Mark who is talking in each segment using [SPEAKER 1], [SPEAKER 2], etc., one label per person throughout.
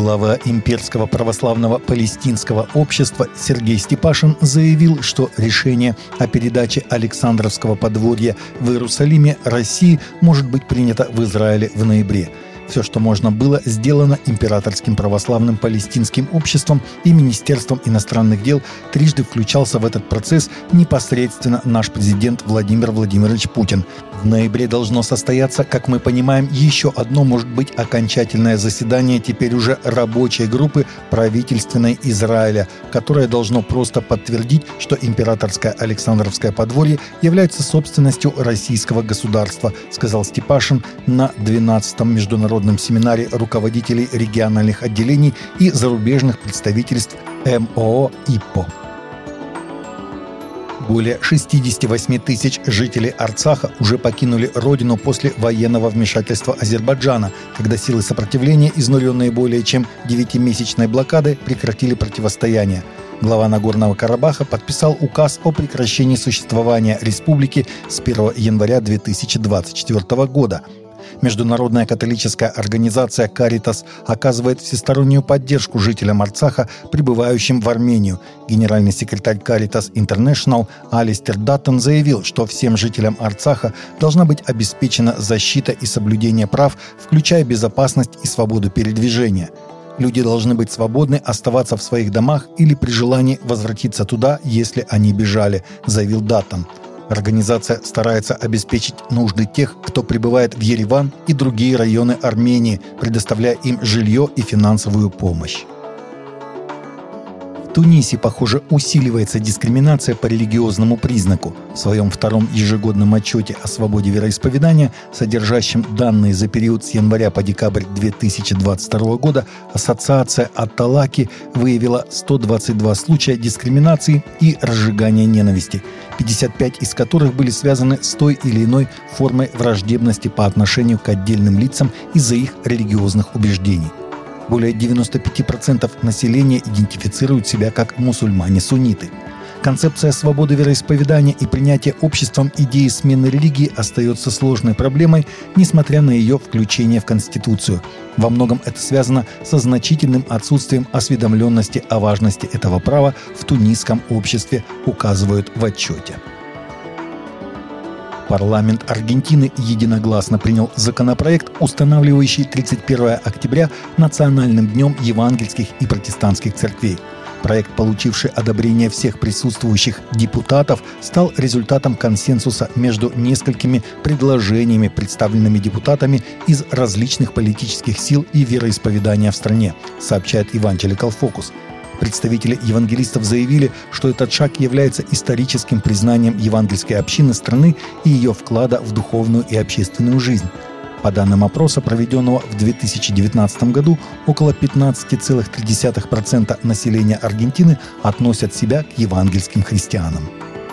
[SPEAKER 1] Глава Имперского православного палестинского общества Сергей Степашин заявил, что решение о передаче Александровского подворья в Иерусалиме России может быть принято в Израиле в ноябре. Все, что можно было, сделано Императорским православным палестинским обществом, и Министерством иностранных дел трижды включался в этот процесс непосредственно наш президент Владимир Владимирович Путин. В ноябре должно состояться, как мы понимаем, еще одно, может быть, окончательное заседание теперь уже рабочей группы правительственной Израиля, которое должно просто подтвердить, что императорское Александровское подворье является собственностью российского государства, сказал Степашин на 12-м международном семинаре руководителей региональных отделений и зарубежных представительств МОО «ИППО». Более 68 тысяч жителей Арцаха уже покинули родину после военного вмешательства Азербайджана, когда силы сопротивления, изнуренные более чем 9-месячной блокадой, прекратили противостояние. Глава Нагорного Карабаха подписал указ о прекращении существования республики с 1 января 2024 года. Международная католическая организация «Каритас» оказывает всестороннюю поддержку жителям Арцаха, прибывающим в Армению. Генеральный секретарь «Каритас Интернешнл» Алистер Даттон заявил, что всем жителям Арцаха должна быть обеспечена защита и соблюдение прав, включая безопасность и свободу передвижения. Люди должны быть свободны оставаться в своих домах или при желании возвратиться туда, если они бежали, заявил Даттон. Организация старается обеспечить нужды тех, кто прибывает в Ереван и другие районы Армении, предоставляя им жилье и финансовую помощь. В Тунисе, похоже, усиливается дискриминация по религиозному признаку. В своем втором ежегодном отчете о свободе вероисповедания, содержащем данные за период с января по декабрь 2022 года, Ассоциация Ат-Талаки выявила 122 случая дискриминации и разжигания ненависти, 55 из которых были связаны с той или иной формой враждебности по отношению к отдельным лицам из-за их религиозных убеждений. Более 95% населения идентифицируют себя как мусульмане-сунниты. Концепция свободы вероисповедания и принятия обществом идеи смены религии остается сложной проблемой, несмотря на ее включение в Конституцию. Во многом это связано со значительным отсутствием осведомленности о важности этого права в тунисском обществе, указывают в отчете. Парламент Аргентины единогласно принял законопроект, устанавливающий 31 октября Национальным днем евангельских и протестантских церквей. Проект, получивший одобрение всех присутствующих депутатов, стал результатом консенсуса между несколькими предложениями, представленными депутатами из различных политических сил и вероисповедания в стране, сообщает Evangelical Focus. Представители евангелистов заявили, что этот шаг является историческим признанием евангельской общины страны и ее вклада в духовную и общественную жизнь. По данным опроса, проведенного в 2019 году, около 15,3% населения Аргентины относят себя к евангельским христианам.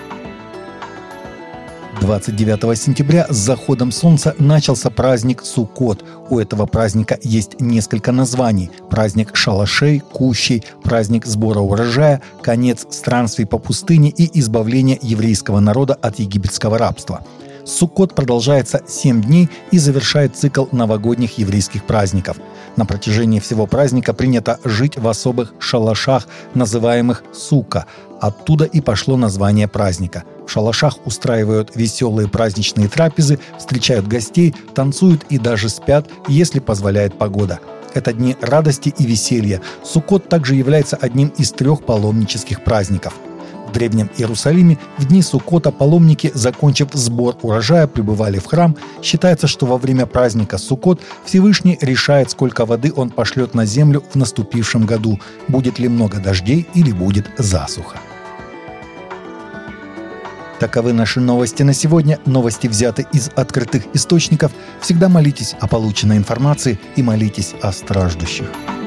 [SPEAKER 1] 29 сентября с заходом солнца начался праздник Суккот. У этого праздника есть несколько названий: праздник шалашей, кущей, праздник сбора урожая, конец странствий по пустыне и избавление еврейского народа от египетского рабства. Суккот продолжается 7 дней и завершает цикл новогодних еврейских праздников. На протяжении всего праздника принято жить в особых шалашах, называемых сука. Оттуда и пошло название праздника. В шалашах устраивают веселые праздничные трапезы, встречают гостей, танцуют и даже спят, если позволяет погода. Это дни радости и веселья. Суккот также является одним из 3 паломнических праздников. В Древнем Иерусалиме в дни Суккота паломники, закончив сбор урожая, прибывали в храм. Считается, что во время праздника Суккот Всевышний решает, сколько воды он пошлет на землю в наступившем году, будет ли много дождей или будет засуха. Таковы наши новости на сегодня. Новости взяты из открытых источников. Всегда молитесь о полученной информации и молитесь о страждущих.